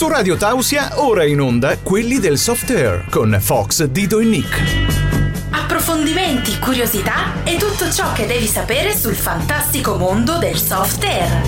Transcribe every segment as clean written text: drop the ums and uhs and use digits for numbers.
Su Radio Tausia, ora in onda Quelli del Soft Air con Fox, Dido e Nick. Approfondimenti, curiosità e tutto ciò che devi sapere sul fantastico mondo del soft air.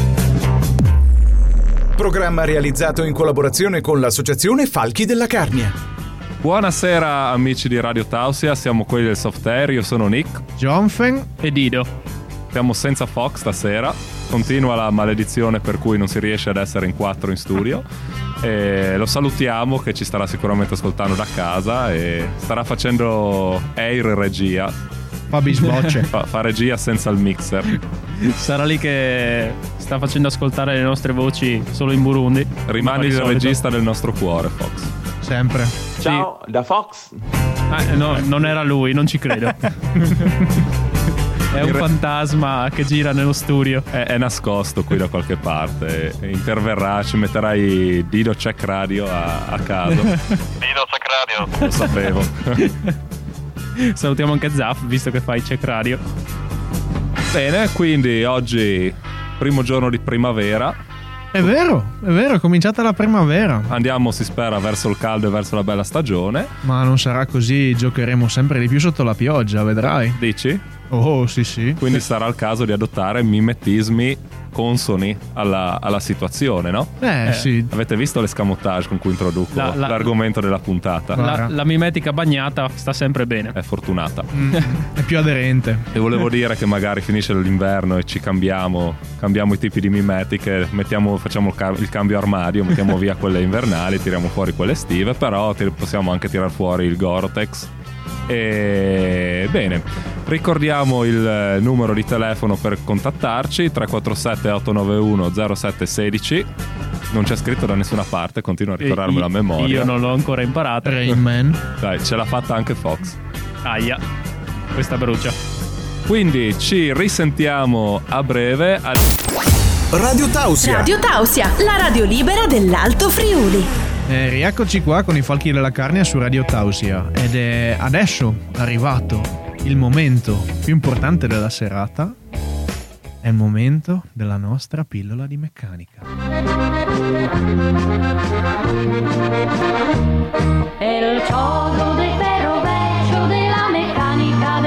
Programma realizzato in collaborazione con l'associazione Falchi della Carnia. Buonasera amici di Radio Tausia, siamo Quelli del Soft Air, io sono Nick, Jonfen e Dido. Siamo senza Fox stasera, continua la maledizione per cui non si riesce ad essere in 4 in studio e lo salutiamo che ci starà sicuramente ascoltando da casa e starà facendo air regia. Fa bisbocce. fa regia senza il mixer. Sarà lì che sta facendo ascoltare le nostre voci solo in Burundi. Rimani il regista del nostro cuore, Fox. Sempre. Ciao, da Fox. No, non era lui, non ci credo. È un fantasma che gira nello studio. È nascosto qui da qualche parte. Interverrà, ci metterai Dido Check Radio a caso. Dido Check Radio. Lo sapevo. Salutiamo anche Zaf, visto che fai Check Radio. Bene, quindi oggi primo giorno di primavera. È vero, è cominciata la primavera. Andiamo, si spera, verso il caldo e verso la bella stagione. Ma non sarà così, giocheremo sempre di più sotto la pioggia, vedrai. Dici? Oh, sì. Quindi sarà il caso di adottare mimetismi consoni alla situazione, no? Sì. Avete visto l'escamotage con cui introduco l'argomento della puntata? La mimetica bagnata sta sempre bene. È fortunata. È più aderente. E volevo dire che magari finisce l'inverno e ci cambiamo i tipi di mimetiche, facciamo il cambio armadio, mettiamo via quelle invernali, tiriamo fuori quelle estive, però possiamo anche tirar fuori il Gore-Tex. E bene, ricordiamo il numero di telefono per contattarci: 347 891 0716. Non c'è scritto da nessuna parte, continuo a ricordarmelo a memoria. Io non l'ho ancora imparato. Rain Man. Dai, ce l'ha fatta anche Fox. Aia, questa brucia. Quindi ci risentiamo a breve. Radio Tausia. Radio Tausia, la radio libera dell'Alto Friuli. Rieccoci qua con i Falchi della Carnia su Radio Tausia ed è adesso arrivato il momento più importante della serata. È il momento della nostra pillola di meccanica. È il chiodo del rovescio della meccanica,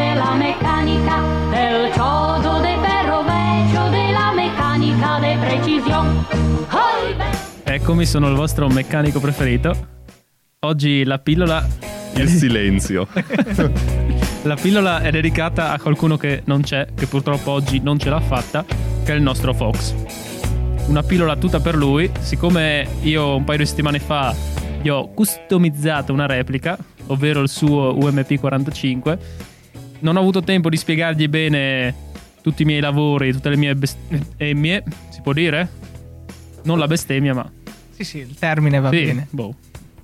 è il chiodo del rovescio della meccanica de precisione. Eccomi, sono il vostro meccanico preferito. Oggi la pillola... Il silenzio. La pillola è dedicata a qualcuno che non c'è, che purtroppo oggi non ce l'ha fatta, che è il nostro Fox. Una pillola tutta per lui. Siccome io un paio di settimane fa gli ho customizzato una replica, ovvero il suo UMP45, non ho avuto tempo di spiegargli bene tutti i miei lavori, tutte le mie si può dire? Non la bestemmia, ma... Sì, il termine va bene. Boh.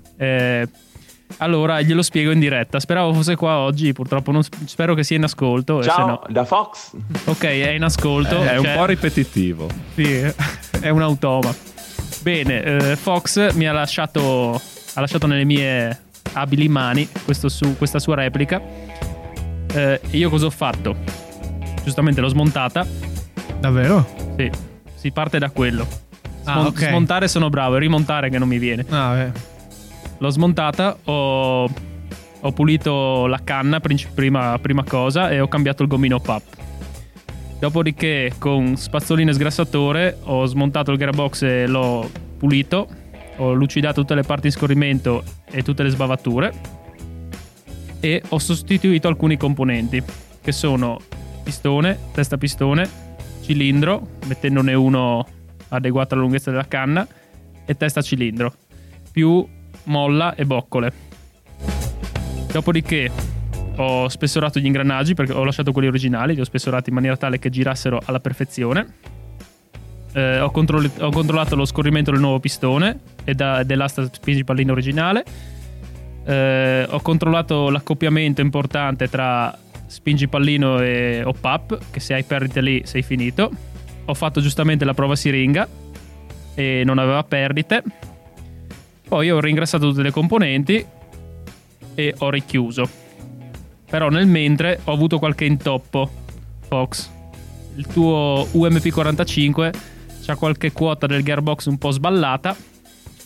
Allora glielo spiego in diretta. Speravo fosse qua oggi, purtroppo non. Spero che sia in ascolto. Ciao, se no... da Fox. Ok, è in ascolto. È un po' ripetitivo. Sì, è un automa. Bene, Fox mi ha lasciato nelle mie abili mani questa sua replica. Io cosa ho fatto? Giustamente l'ho smontata. Davvero? Sì, si parte da quello. Okay. Smontare sono bravo, è rimontare che non mi viene. L'ho smontata, ho pulito la canna prima cosa e ho cambiato il gommino PAP. Dopodiché con spazzolino e sgrassatore ho smontato il gearbox e l'ho pulito, ho lucidato tutte le parti in scorrimento e tutte le sbavature e ho sostituito alcuni componenti che sono pistone, testa pistone, cilindro, mettendone uno adeguato alla lunghezza della canna, e testa cilindro più molla e boccole. Dopodiché ho spessorato gli ingranaggi, perché ho lasciato quelli originali, li ho spessorati in maniera tale che girassero alla perfezione. Ho controllato lo scorrimento del nuovo pistone e dell'asta spingipallino originale. Ho controllato l'accoppiamento importante tra spingipallino e OPAP, che se hai perdite lì sei finito. Ho fatto giustamente la prova siringa e non aveva perdite. Poi ho ringrassato tutte le componenti e ho richiuso. Però nel mentre ho avuto qualche intoppo. Fox, il tuo UMP45 c'ha qualche quota del gearbox un po' sballata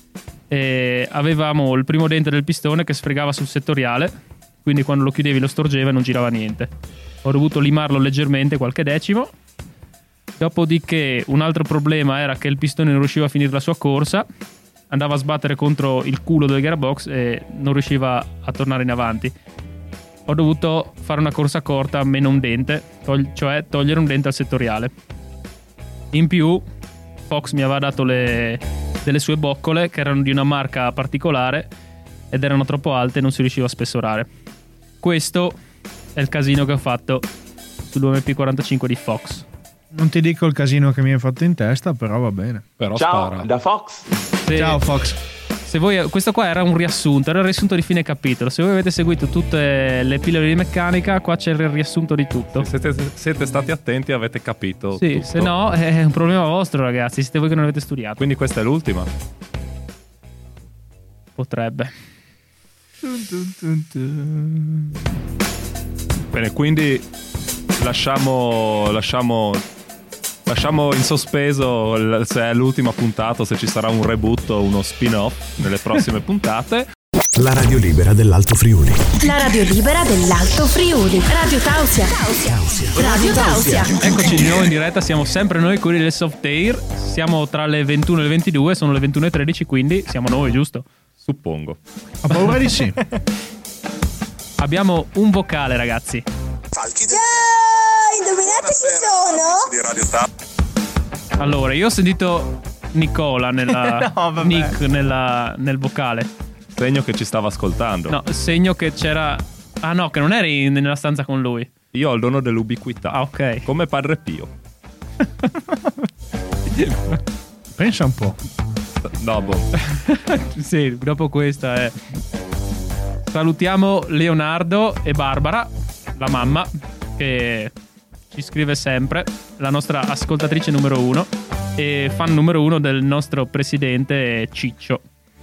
e avevamo il primo dente del pistone che sfregava sul settoriale, quindi quando lo chiudevi lo storgeva e non girava niente. Ho dovuto limarlo leggermente, qualche decimo. Dopodiché un altro problema era che il pistone non riusciva a finire la sua corsa, andava a sbattere contro il culo del gearbox e non riusciva a tornare in avanti. Ho dovuto fare una corsa corta meno un dente, cioè togliere un dente al settoriale. In più Fox mi aveva dato delle sue boccole che erano di una marca particolare ed erano troppo alte e non si riusciva a spessorare. Questo è il casino che ho fatto sull'UMP45 di Fox. Non ti dico il casino che mi hai fatto in testa, però va bene. Però Ciao, spara. da Fox. Ciao Fox. Se voi, questo qua era un riassunto, era il riassunto di fine capitolo. Se voi avete seguito tutte le pillole di meccanica, qua c'è il riassunto di tutto. Se siete stati attenti avete capito Sì, tutto. se no è un problema vostro, ragazzi. Siete voi che non avete studiato. Quindi questa è l'ultima. Potrebbe. Bene, quindi lasciamo in sospeso se è l'ultima puntata, se ci sarà un reboot o uno spin-off nelle prossime puntate. La radio libera dell'Alto Friuli. La radio libera dell'Alto Friuli. Radio Tausia. Radio Tausia. Eccoci di nuovo in diretta, siamo sempre noi, quelli del Soft Air. Siamo tra le 21 e le 22, sono le 21:13, quindi siamo noi, giusto? Suppongo. Ho paura di sì. Abbiamo un vocale, ragazzi. Indovinate chi sono? Di Radio Tap. Allora, io ho sentito Nicola nella No, vabbè. Nick nel vocale. Segno che ci stava ascoltando. No, segno che c'era. Ah no, che non eri nella stanza con lui. Io ho il dono dell'ubiquità. Ah, ok. Come Padre Pio. Pensa un po'. No, boh. Sì, dopo questa è. Salutiamo Leonardo e Barbara, la mamma, che ci scrive sempre, la nostra ascoltatrice numero 1 e fan numero 1 del nostro presidente Ciccio.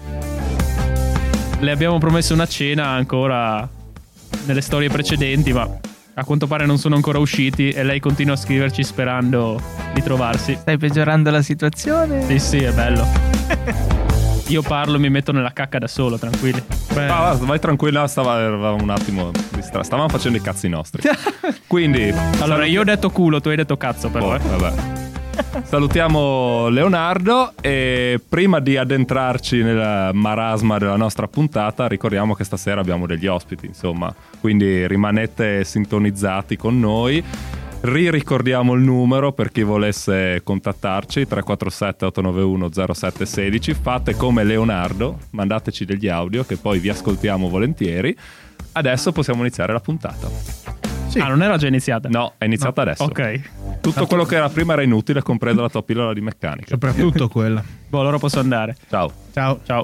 Le abbiamo promesso una cena ancora nelle storie precedenti, ma a quanto pare non sono ancora usciti e lei continua a scriverci sperando di trovarsi. Stai peggiorando la situazione? Sì, sì, è bello. Io parlo e mi metto nella cacca da solo, tranquilli. Vai tranquilla, eravamo un attimo distratti. Stavamo facendo i cazzi nostri. Quindi Allora, io ho detto culo, tu hai detto cazzo, però. vabbè. Salutiamo Leonardo e prima di addentrarci nel marasma della nostra puntata ricordiamo che stasera abbiamo degli ospiti, insomma, quindi rimanete sintonizzati con noi. Ricordiamo il numero per chi volesse contattarci: 347 891 0716. Fate come Leonardo, mandateci degli audio che poi vi ascoltiamo volentieri. Adesso possiamo iniziare la puntata. Sì. Ah, non era già iniziata? No, è iniziata adesso. Ok. Tutto quello che era prima era inutile, compresa la tua pillola di meccanica. Soprattutto quella. Boh, allora posso andare. Ciao. Ciao. Ciao.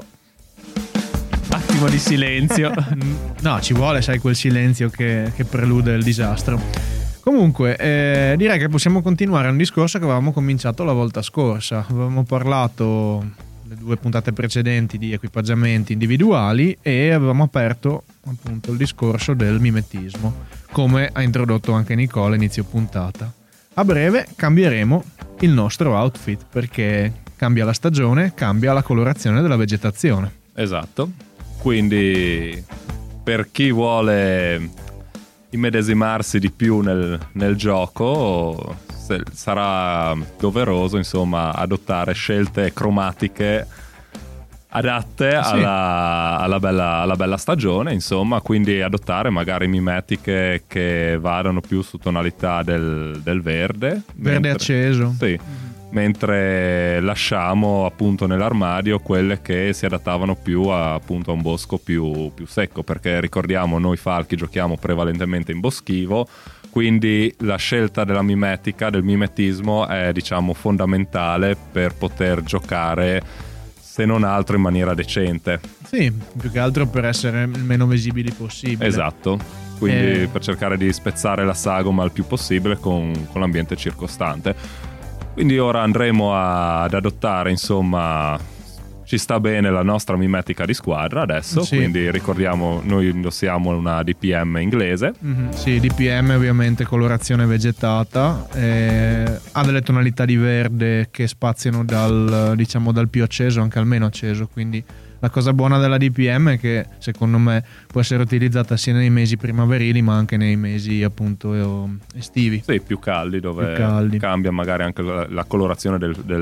Attimo di silenzio. No, ci vuole, sai, quel silenzio che prelude il disastro. Comunque, direi che possiamo continuare un discorso che avevamo cominciato la volta scorsa. Avevamo parlato le 2 puntate precedenti di equipaggiamenti individuali e avevamo aperto appunto il discorso del mimetismo, come ha introdotto anche Nicola inizio puntata. A breve cambieremo il nostro outfit perché cambia la stagione, cambia la colorazione della vegetazione. Esatto. Quindi per chi vuole immedesimarsi di più nel gioco, sarà doveroso, insomma, adottare scelte cromatiche adatte alla bella stagione, insomma, quindi adottare magari mimetiche che vadano più su tonalità del verde Acceso. sì, mentre lasciamo appunto nell'armadio quelle che si adattavano più appunto a un bosco più secco, perché ricordiamo, noi falchi giochiamo prevalentemente in boschivo, quindi la scelta della mimetica, del mimetismo è, diciamo, fondamentale per poter giocare, se non altro in maniera decente. Sì, più che altro per essere il meno visibili possibile. Esatto, quindi per cercare di spezzare la sagoma il più possibile con l'ambiente circostante. Quindi ora andremo ad adottare, insomma, ci sta bene la nostra mimetica di squadra adesso, sì. Quindi ricordiamo, noi indossiamo una DPM inglese. Mm-hmm, sì, DPM ovviamente colorazione vegetata, ha delle tonalità di verde che spaziano dal più acceso anche al meno acceso, quindi La cosa buona della DPM è che secondo me può essere utilizzata sia nei mesi primaverili ma anche nei mesi appunto estivi. Sì, più caldi, dove cambia magari anche la colorazione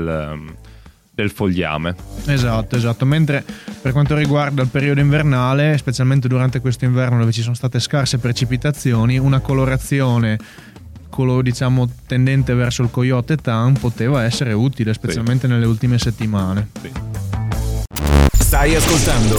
del fogliame. Esatto. Mentre per quanto riguarda il periodo invernale, specialmente durante questo inverno dove ci sono state scarse precipitazioni, una colorazione diciamo tendente verso il coyote tan poteva essere utile, specialmente nelle ultime settimane. Sì. Stai ascoltando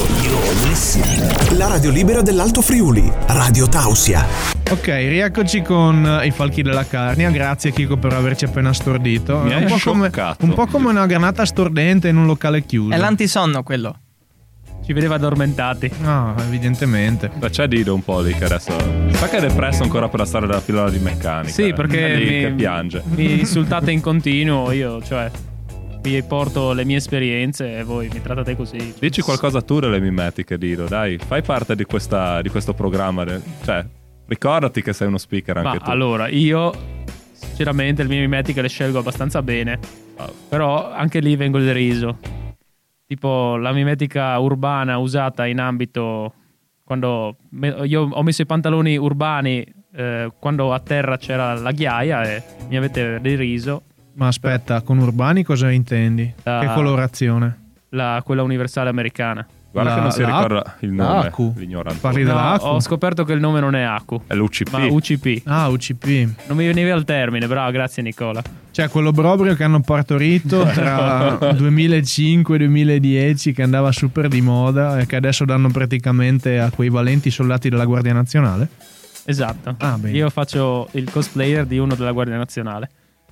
la radio libera dell'Alto Friuli, Radio Tausia. Ok, rieccoci con i falchi della Carnia. Grazie Chico per averci appena stordito. Mi hai scioccato. Un po' come una granata stordente in un locale chiuso. È l'antisonno quello. Ci vedeva addormentati. No, evidentemente. Ma c'è Dido un po' lì che adesso sa che è depresso ancora per la storia della pillola di meccanica. Sì, perché che piange. Mi insultate in continuo, io cioè vi porto le mie esperienze e voi mi trattate così. Dici qualcosa tu delle mimetiche, Dido, dai, fai parte di questo programma, cioè ricordati che sei uno speaker anche tu. Allora, io sinceramente le mie mimetiche le scelgo abbastanza bene, però anche lì vengo deriso. Tipo la mimetica urbana usata in ambito quando io ho messo i pantaloni urbani quando a terra c'era la ghiaia e mi avete deriso. Ma aspetta, con urbani cosa intendi? Che colorazione? Quella universale americana. Guarda che non si ricorda il nome, l'ignorante. Parli della Aku? Ho scoperto che il nome non è Aku. È l'UCP. Ma UCP. Ah, UCP. Non mi veniva il termine, bravo, grazie Nicola. Cioè quello proprio che hanno partorito tra 2005 e 2010, che andava super di moda e che adesso danno praticamente a quei valenti soldati della Guardia Nazionale? Esatto. Bene. Io faccio il cosplayer di uno della Guardia Nazionale.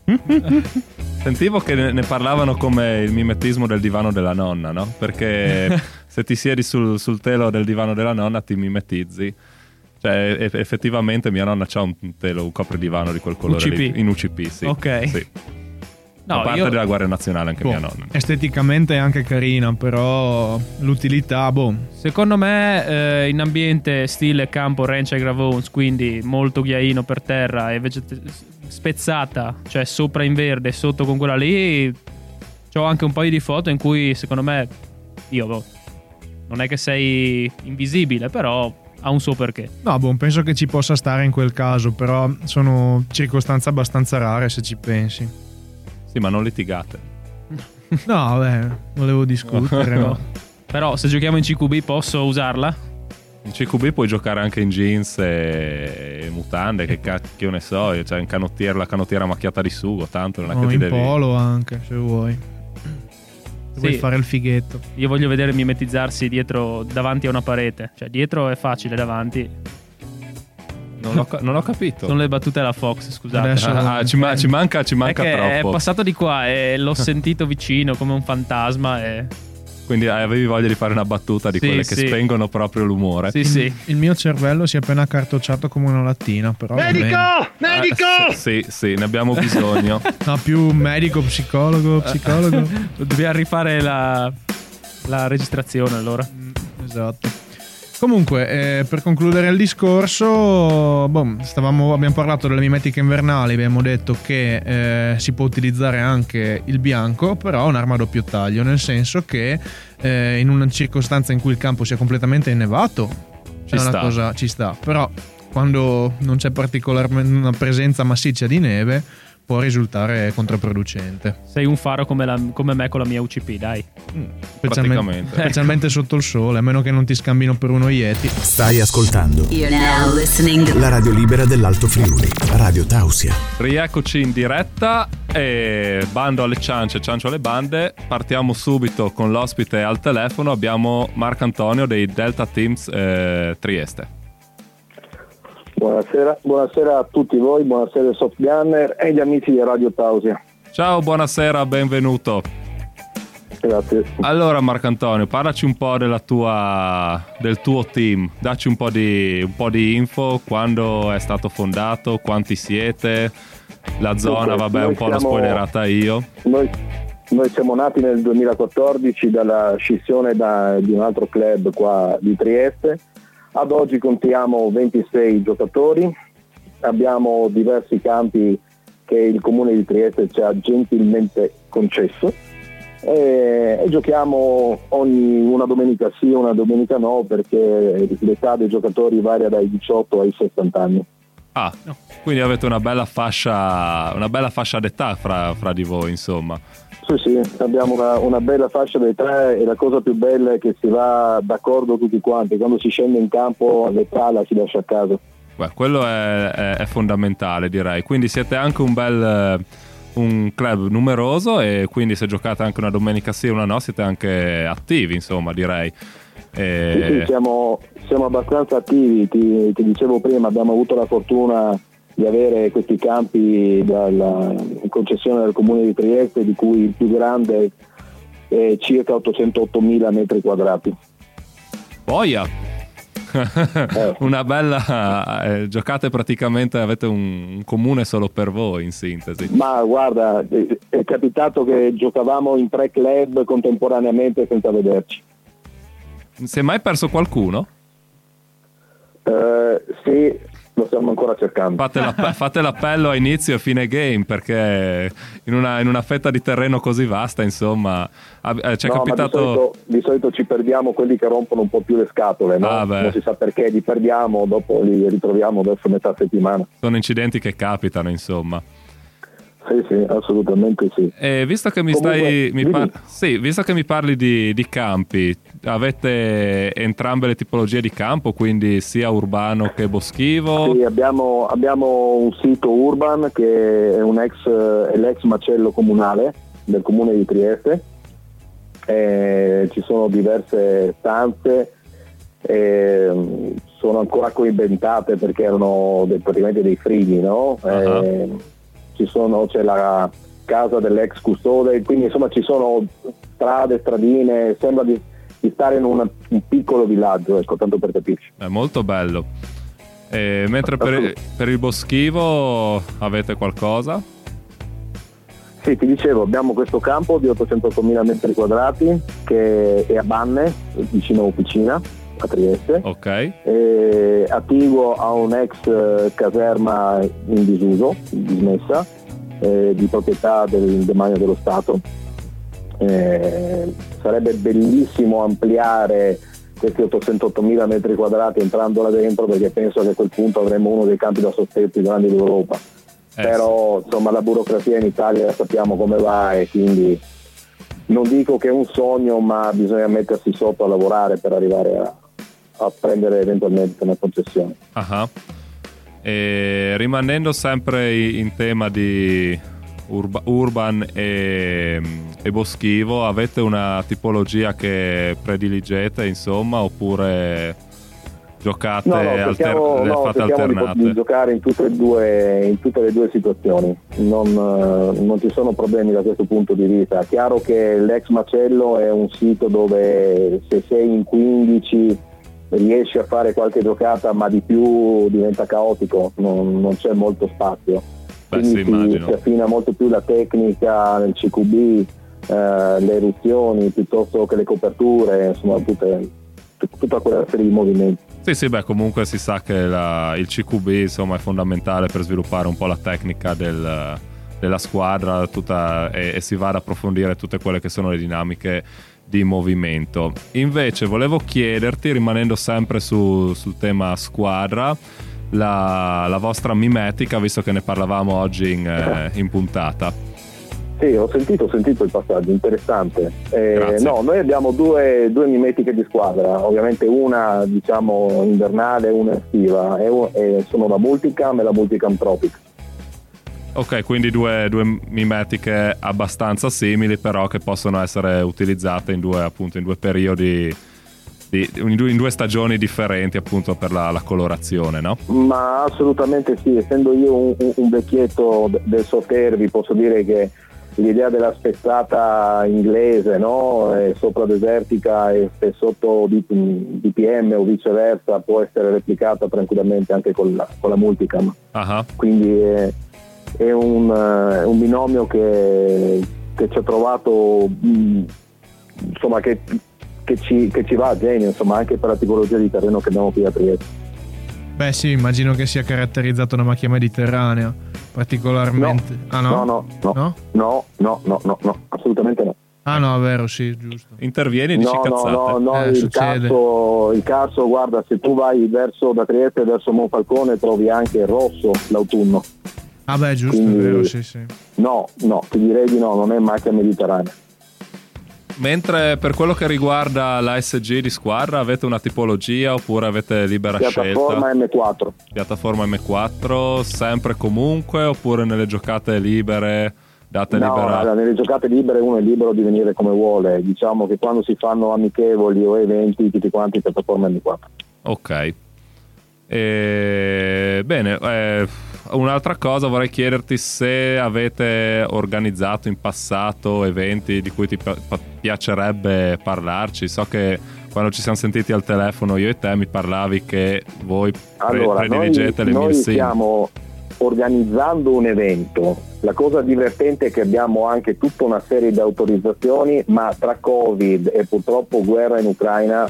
Sentivo che ne parlavano come il mimetismo del divano della nonna, no? Perché se ti siedi sul telo del divano della nonna ti mimetizzi. Cioè effettivamente mia nonna c'ha un telo, un copridivano di quel colore UCP. lì, in UCP, sì. Ok. Sì. No, a parte della Guardia Nazionale anche mia nonna. Esteticamente è anche carina, però l'utilità, Secondo me in ambiente stile campo Ranch ai Gravons, quindi molto ghiaino per terra e spezzata, cioè sopra in verde, sotto con quella lì, c'ho anche un paio di foto in cui secondo me non è che sei invisibile, però ha un suo perché. No, penso che ci possa stare in quel caso, però sono circostanze abbastanza rare se ci pensi. Sì, ma non litigate. No, volevo discutere. No. Però se giochiamo in CQB posso usarla? In CQB puoi giocare anche in jeans e mutande, che cacchio ne so, cioè in la canottiera macchiata di sugo, tanto non è che ti devi... polo anche, se vuoi. Se vuoi fare il fighetto. Io voglio vedere mimetizzarsi davanti a una parete. Cioè dietro è facile, davanti... Non ho capito. Sono le battute alla Fox, scusate. Ci manca troppo. È passato di qua e l'ho sentito vicino come un fantasma e... Quindi avevi voglia di fare una battuta di quelle che spengono proprio l'umore. Sì. Il mio cervello si è appena accartocciato come una lattina, però... Medico! Sì, ne abbiamo bisogno. No, più medico, psicologo. Dobbiamo rifare la registrazione allora. Esatto. Comunque, per concludere il discorso, abbiamo parlato delle mimetiche invernali, abbiamo detto che si può utilizzare anche il bianco, però è un'arma a doppio taglio, nel senso che in una circostanza in cui il campo sia completamente innevato, ci sta, però quando non c'è particolarmente una presenza massiccia di neve può risultare controproducente. Sei un faro come me con la mia UCP, dai. Specialmente sotto il sole, a meno che non ti scambino per uno Yeti. Stai ascoltando la radio libera dell'Alto Friuli, Radio Tausia. Rieccoci in diretta e bando alle ciance, ciancio alle bande. Partiamo subito con l'ospite al telefono. Abbiamo Marcantonio dei Delta Teams Trieste. Buonasera a tutti voi, buonasera ai Soft Gunner e agli amici di Radio Tausia. Ciao, buonasera, benvenuto. Grazie. Allora Marcantonio, parlaci un po' del tuo team, dacci un po' di info, quando è stato fondato, quanti siete, la zona, un po' l'ho spoilerata io. Noi siamo nati nel 2014 dalla scissione di un altro club qua di Trieste. Ad oggi contiamo 26 giocatori, abbiamo diversi campi che il comune di Trieste ci ha gentilmente concesso e giochiamo una domenica sì, una domenica no, perché l'età dei giocatori varia dai 18 ai 60 anni. Quindi avete una bella fascia d'età fra di voi, insomma. Sì, abbiamo una bella fascia d'età, e la cosa più bella è che si va d'accordo tutti quanti. Quando si scende in campo l'età la si lascia a casa. Beh, quello è fondamentale, direi. Quindi siete anche un club numeroso, e quindi se giocate anche una domenica sì e una no siete anche attivi, insomma, direi. Sì, siamo abbastanza attivi. Ti dicevo prima, abbiamo avuto la fortuna di avere questi campi in concessione del Comune di Trieste, di cui il più grande è circa 808.000 metri quadrati. Boia! Una bella giocate praticamente, avete un comune solo per voi, in sintesi. Ma guarda, è capitato che giocavamo in 3 club contemporaneamente senza vederci. Si è mai perso qualcuno? Sì, lo stiamo ancora cercando. Fate l'appello a inizio e fine game, perché in una fetta di terreno così vasta, insomma, ci è capitato. Di solito ci perdiamo quelli che rompono un po' più le scatole, no? Non si sa perché li perdiamo, dopo li ritroviamo verso metà settimana. Sono incidenti che capitano, insomma. Sì, assolutamente sì. E visto che visto che mi parli di campi, avete entrambe le tipologie di campo, quindi sia urbano che boschivo? Sì, abbiamo un sito urban che è l'ex macello comunale del comune di Trieste. Ci sono diverse stanze, sono ancora coinventate perché erano praticamente dei frighi, no? C'è la casa dell'ex custode, quindi insomma ci sono stradine, sembra di stare in un piccolo villaggio, ecco, tanto per capirci. È molto bello. Mentre per il boschivo avete qualcosa? Sì, ti dicevo, abbiamo questo campo di 800.000 metri quadrati che è a Banne, vicino a Officina, a Trieste. Ok. Attiguo a un ex caserma in disuso, dismessa, di proprietà del demanio dello Stato. Sarebbe bellissimo ampliare questi 808.000 metri quadrati entrando là dentro, perché penso che a quel punto avremo uno dei campi da sospetto più grandi d'Europa. Però insomma la burocrazia in Italia sappiamo come va, e quindi non dico che è un sogno, ma bisogna mettersi sotto a lavorare per arrivare a prendere eventualmente una concessione. E rimanendo sempre in tema di urban e boschivo, avete una tipologia che prediligete, insomma, oppure giocate fate alternate? Di giocare in tutte le due situazioni, non ci sono problemi da questo punto di vista. È chiaro che l'ex macello è un sito dove se sei in 15 riesci a fare qualche giocata, ma di più diventa caotico, non c'è molto spazio. Quindi si affina molto più la tecnica nel CQB, le eruzioni piuttosto che le coperture, insomma tutta quella serie di movimenti. Sì, comunque si sa che il CQB, insomma, è fondamentale per sviluppare un po' la tecnica della squadra e si va ad approfondire tutte quelle che sono le dinamiche di movimento. Invece volevo chiederti, rimanendo sempre sul tema squadra, la vostra mimetica, visto che ne parlavamo oggi in puntata. Sì, ho sentito il passaggio, interessante. No, noi abbiamo due mimetiche di squadra, ovviamente una diciamo invernale e una estiva, e sono la Multicam e la Multicam Tropic. Ok, quindi due mimetiche abbastanza simili, però che possono essere utilizzate in due periodi, in due stagioni differenti, appunto, per la colorazione, no? Ma assolutamente sì, essendo io un vecchietto del Sauterre, vi posso dire che l'idea della spezzata inglese, no? Sopra desertica e sotto DPM o viceversa, può essere replicata tranquillamente anche con la Multicam. Quindi è un binomio che ci ha trovato, insomma, che ci va a genio, insomma, anche per la tipologia di terreno che abbiamo qui a Trieste. Beh sì, immagino che sia caratterizzato una macchia mediterranea particolarmente. No, assolutamente no. Ah no, è vero, sì, giusto. Intervieni e dici cazzate. No, il Carso, guarda, se tu vai da Trieste verso Monfalcone trovi anche il rosso l'autunno. Ah beh, giusto, quindi, è vero, sì. No, ti direi di no, non è macchia mediterranea. Mentre per quello che riguarda la SG di squadra, avete una tipologia oppure avete libera Piattaforma scelta? M4. Piattaforma M4, sempre comunque, oppure nelle giocate libere date libera? No, nelle giocate libere uno è libero di venire come vuole. Diciamo che quando si fanno amichevoli o eventi, tutti quanti piattaforma M4. Ok. Bene, un'altra cosa vorrei chiederti se avete organizzato in passato eventi di cui ti piacerebbe parlarci. So che quando ci siamo sentiti al telefono io e te mi parlavi che voi prediligete le Noi Milsim. stiamo organizzando un evento. La cosa divertente è che abbiamo anche tutta una serie di autorizzazioni, ma tra Covid e purtroppo guerra in Ucraina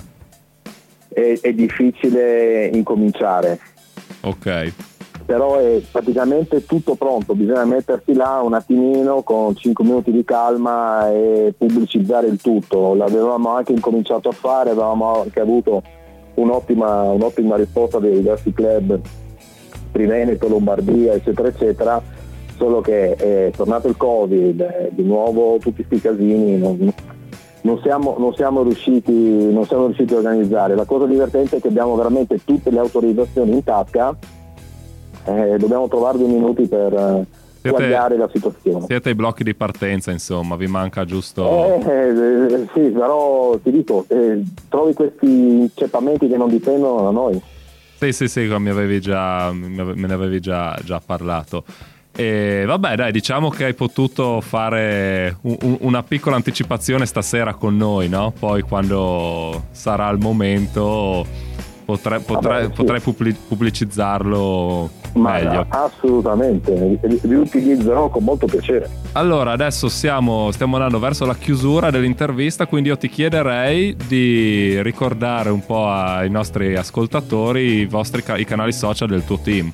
è difficile incominciare. Ok. Però è praticamente tutto pronto, bisogna mettersi là un attimino con 5 minuti di calma e pubblicizzare il tutto. L'avevamo anche incominciato a fare, avevamo anche avuto un'ottima risposta dei diversi club, Triveneto, Lombardia, eccetera eccetera, solo che è tornato il Covid, di nuovo tutti sti casini, non siamo riusciti a organizzare. La cosa divertente è che abbiamo veramente tutte le autorizzazioni in tasca. Dobbiamo trovare 2 minuti per guardare la situazione. Siete ai blocchi di partenza, insomma, vi manca giusto. Sì, però ti dico, trovi questi inceppamenti che non dipendono da noi. Sì, me ne avevi già parlato. E vabbè, dai, diciamo che hai potuto fare una piccola anticipazione stasera con noi, no? Poi quando sarà il momento potrei pubblicizzarlo meglio. Assolutamente, li utilizzerò con molto piacere. Allora, adesso stiamo andando verso la chiusura dell'intervista, quindi io ti chiederei di ricordare un po' ai nostri ascoltatori i canali social del tuo team.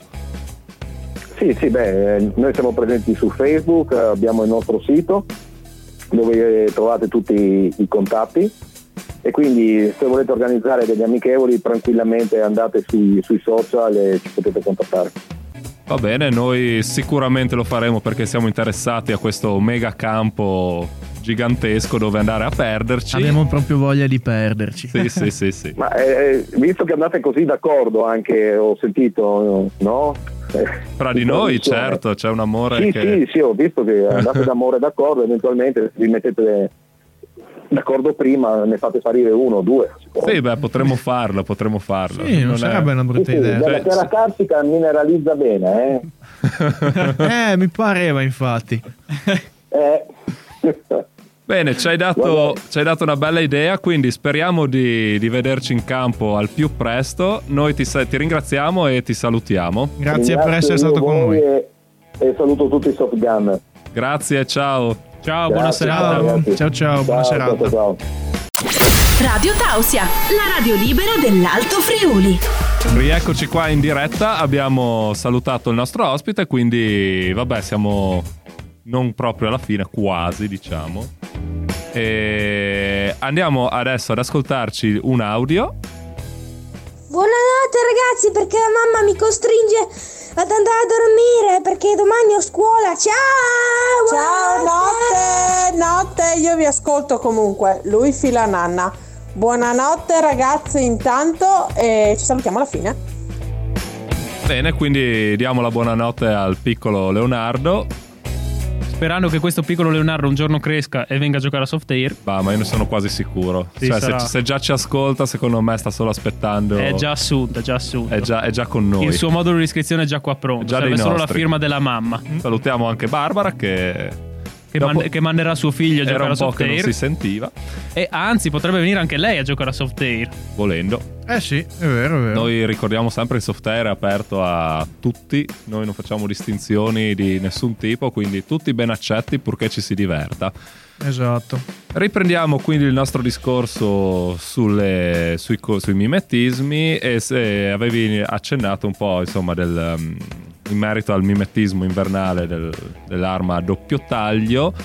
Sì, noi siamo presenti su Facebook, abbiamo il nostro sito dove trovate tutti i contatti, e quindi se volete organizzare degli amichevoli tranquillamente andate sui social e ci potete contattare. Va bene, noi sicuramente lo faremo perché siamo interessati a questo mega campo gigantesco dove andare a perderci. Abbiamo proprio voglia di perderci. Sì. Ma visto che andate così d'accordo, anche ho sentito, no? Fra di noi, certo, c'è un amore Sì, ho visto che andate d'amore d'accordo, eventualmente vi mettete d'accordo prima, ne fate salire 1 o 2. Sì, beh, potremmo farlo. Sì, non sarebbe una brutta idea. La terra carsica mineralizza bene, mi pareva, infatti. Bene, ci hai dato una bella idea, quindi speriamo di vederci in campo al più presto. Noi ti ringraziamo e ti salutiamo. Grazie per essere stato con noi. E saluto tutti i soft gunner. Grazie, ciao. Ciao, buona serata. Ciao, buona serata. Ciao. Radio Tausia, la radio libera dell'Alto Friuli. Rieccoci qua in diretta, abbiamo salutato il nostro ospite, quindi vabbè, siamo non proprio alla fine, quasi, diciamo. E andiamo adesso ad ascoltarci un audio. Buonanotte ragazzi, perché la mamma mi costringe ad andare a dormire perché domani ho scuola. Ciao! Notte, io vi ascolto comunque. Lui fila nanna. Buonanotte ragazzi intanto e ci salutiamo alla fine. Bene, quindi diamo la buonanotte al piccolo Leonardo, sperando che questo piccolo Leonardo un giorno cresca e venga a giocare a Softair. Bah, ma io ne sono quasi sicuro. Sì, cioè, se già ci ascolta, secondo me sta solo aspettando. È già assunto. È già con noi. Il suo modulo di iscrizione è già qua pronto. Già serve solo la firma della mamma. Salutiamo anche Barbara che manderà suo figlio a giocare a Softair. Che non si sentiva. E anzi, potrebbe venire anche lei a giocare a Softair. Volendo. Sì, è vero. Noi ricordiamo sempre che il Softair è aperto a tutti. Noi non facciamo distinzioni di nessun tipo, quindi tutti ben accetti purché ci si diverta. Esatto. Riprendiamo quindi il nostro discorso sui mimetismi, e se avevi accennato un po', insomma, in merito al mimetismo invernale dell'arma a doppio taglio.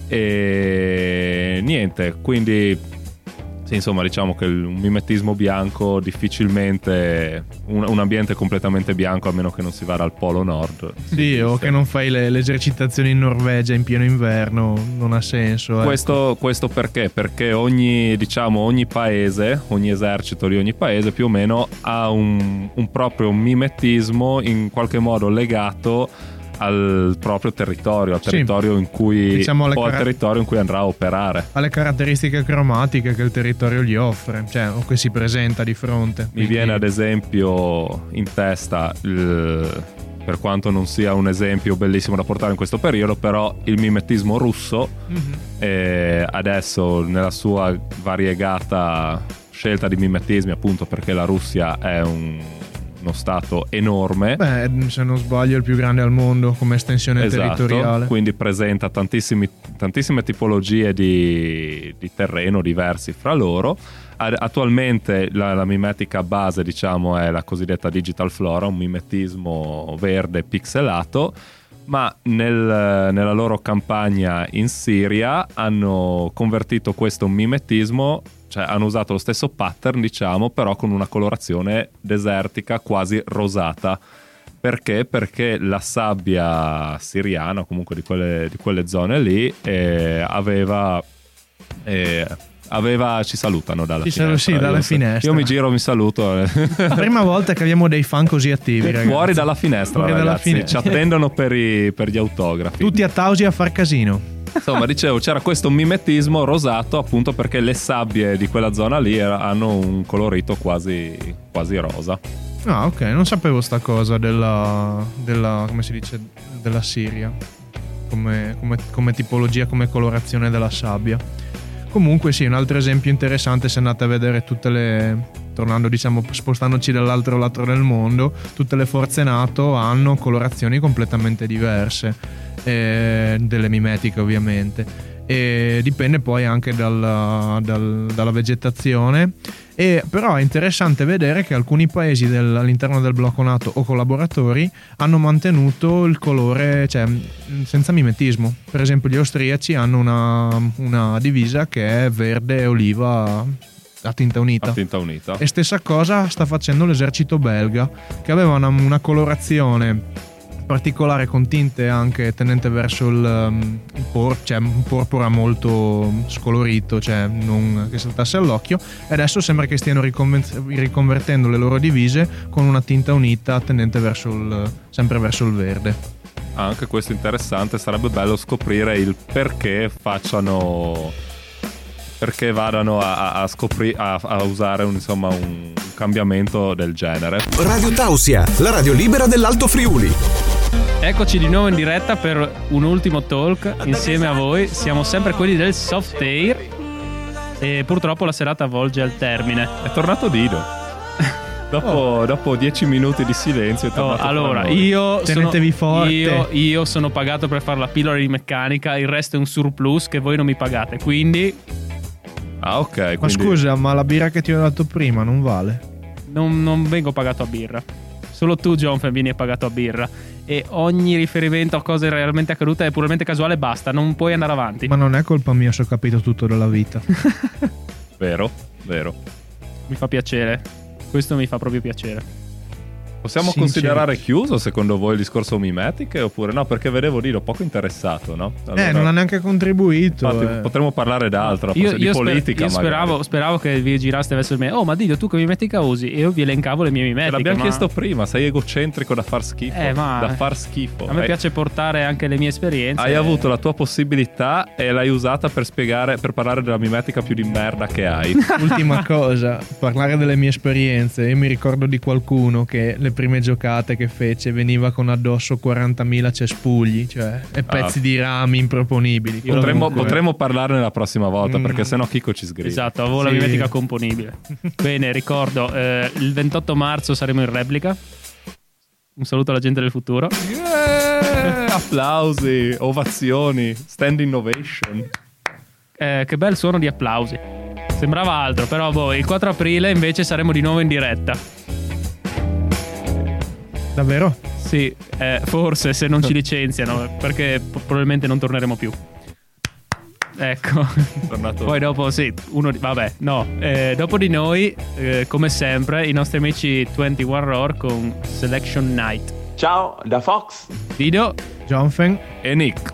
E niente, quindi sì, insomma, diciamo che un mimetismo bianco difficilmente, un ambiente completamente bianco, a meno che non si vada al Polo Nord. Sì, o che non fai le esercitazioni in Norvegia in pieno inverno, non ha senso. Questo perché? Perché ogni paese, ogni esercito di ogni paese più o meno ha un proprio mimetismo in qualche modo legato al proprio territorio, al territorio in cui, diciamo, al territorio in cui andrà a operare, alle caratteristiche cromatiche che il territorio gli offre, cioè o che si presenta di fronte. Mi viene ad esempio in testa, per quanto non sia un esempio bellissimo da portare in questo periodo, però il mimetismo russo, adesso nella sua variegata scelta di mimetismi, appunto perché la Russia è uno stato enorme. Beh, se non sbaglio è il più grande al mondo come estensione territoriale. Quindi presenta tantissime tipologie di terreno diversi fra loro. Attualmente la mimetica base, diciamo, è la cosiddetta digital flora, un mimetismo verde pixelato, ma nella loro campagna in Siria hanno convertito questo mimetismo, cioè hanno usato lo stesso pattern, diciamo, però con una colorazione desertica quasi rosata. Perché? Perché la sabbia siriana, o comunque di quelle zone lì, ci salutano dalla finestra. Sì, dalle finestre. Io mi giro, mi saluto. La prima volta che abbiamo dei fan così attivi, ragazzi. Fuori dalla finestra, fuori ragazzi. dalla ci attendono per gli autografi. Tutti a Tausi a far casino. Insomma, dicevo, c'era questo mimetismo rosato appunto perché le sabbie di quella zona lì hanno un colorito quasi rosa. Ah, ok, non sapevo sta cosa della come si dice, della Siria come tipologia, come colorazione della sabbia. Comunque sì, un altro esempio interessante, se andate a vedere tornando, diciamo, spostandoci dall'altro lato del mondo, tutte le forze NATO hanno colorazioni completamente diverse, delle mimetiche ovviamente, e dipende poi anche dalla vegetazione. Però è interessante vedere che alcuni paesi all'interno del blocco NATO o collaboratori hanno mantenuto il colore, cioè senza mimetismo. Per esempio gli austriaci hanno una divisa che è verde oliva a tinta unita. E stessa cosa sta facendo l'esercito belga, che aveva una colorazione particolare con tinte anche tendente verso un porpora molto scolorito, cioè non che saltasse all'occhio, e adesso sembra che stiano riconvertendo le loro divise con una tinta unita tendente sempre verso il verde. Anche questo interessante, sarebbe bello scoprire il perché vadano a usare un cambiamento del genere. Radio Tausia, la radio libera dell'Alto Friuli. Eccoci di nuovo in diretta per un ultimo talk insieme a voi. Siamo sempre quelli del Soft Air e purtroppo la serata volge al termine. È tornato Dido. Dopo 10 minuti di silenzio è tornato. Allora, tenetevi forte. Io sono pagato per fare la pillola di meccanica, il resto è un surplus che voi non mi pagate, quindi... Ah, ok. Ma scusa, ma la birra che ti ho dato prima non vale? Non vengo pagato a birra. Solo tu, John, vieni pagato a birra. E ogni riferimento a cose realmente accadute è puramente casuale, basta, non puoi andare avanti. Ma non è colpa mia se ho capito tutto della vita. Vero. Mi fa piacere. Questo mi fa proprio piacere. Possiamo considerare chiuso secondo voi il discorso mimetiche oppure no? Perché vedevo Dido poco interessato, no? Allora, non ha neanche contribuito. Infatti, potremmo parlare d'altro, di politica. Io speravo che vi giraste verso me. Oh, ma Dido, tu che mimetica usi? E io vi elencavo le mie mimetiche. L'abbiamo chiesto prima, sei egocentrico da far schifo. Da far schifo. A me piace portare anche le mie esperienze. Hai avuto la tua possibilità e l'hai usata per parlare della mimetica più di merda che hai. Ultima cosa, parlare delle mie esperienze. Io mi ricordo di qualcuno che le prime giocate che fece veniva con addosso 40.000 cespugli, cioè e pezzi di rami improponibili. Potremmo parlarne la prossima volta, perché sennò Chico ci sgrida. Esatto, avevo la mimetica componibile. Bene, ricordo il 28 marzo saremo in replica. Un saluto alla gente del futuro. Applausi, ovazioni, standing ovation. Che bel suono di applausi. Sembrava altro, però il 4 aprile invece saremo di nuovo in diretta. Davvero? Sì, forse se non ci licenziano, perché probabilmente non torneremo più. Ecco. Tornato. Poi dopo dopo di noi, come sempre, i nostri amici 21 Roar con Selection Night. Ciao da Fox, Dido, Jonfen e Nick.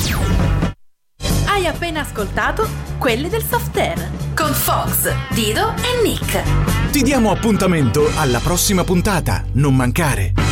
Hai appena ascoltato Quelli del Soft Air con Fox, Dido e Nick. Ti diamo appuntamento alla prossima puntata, non mancare.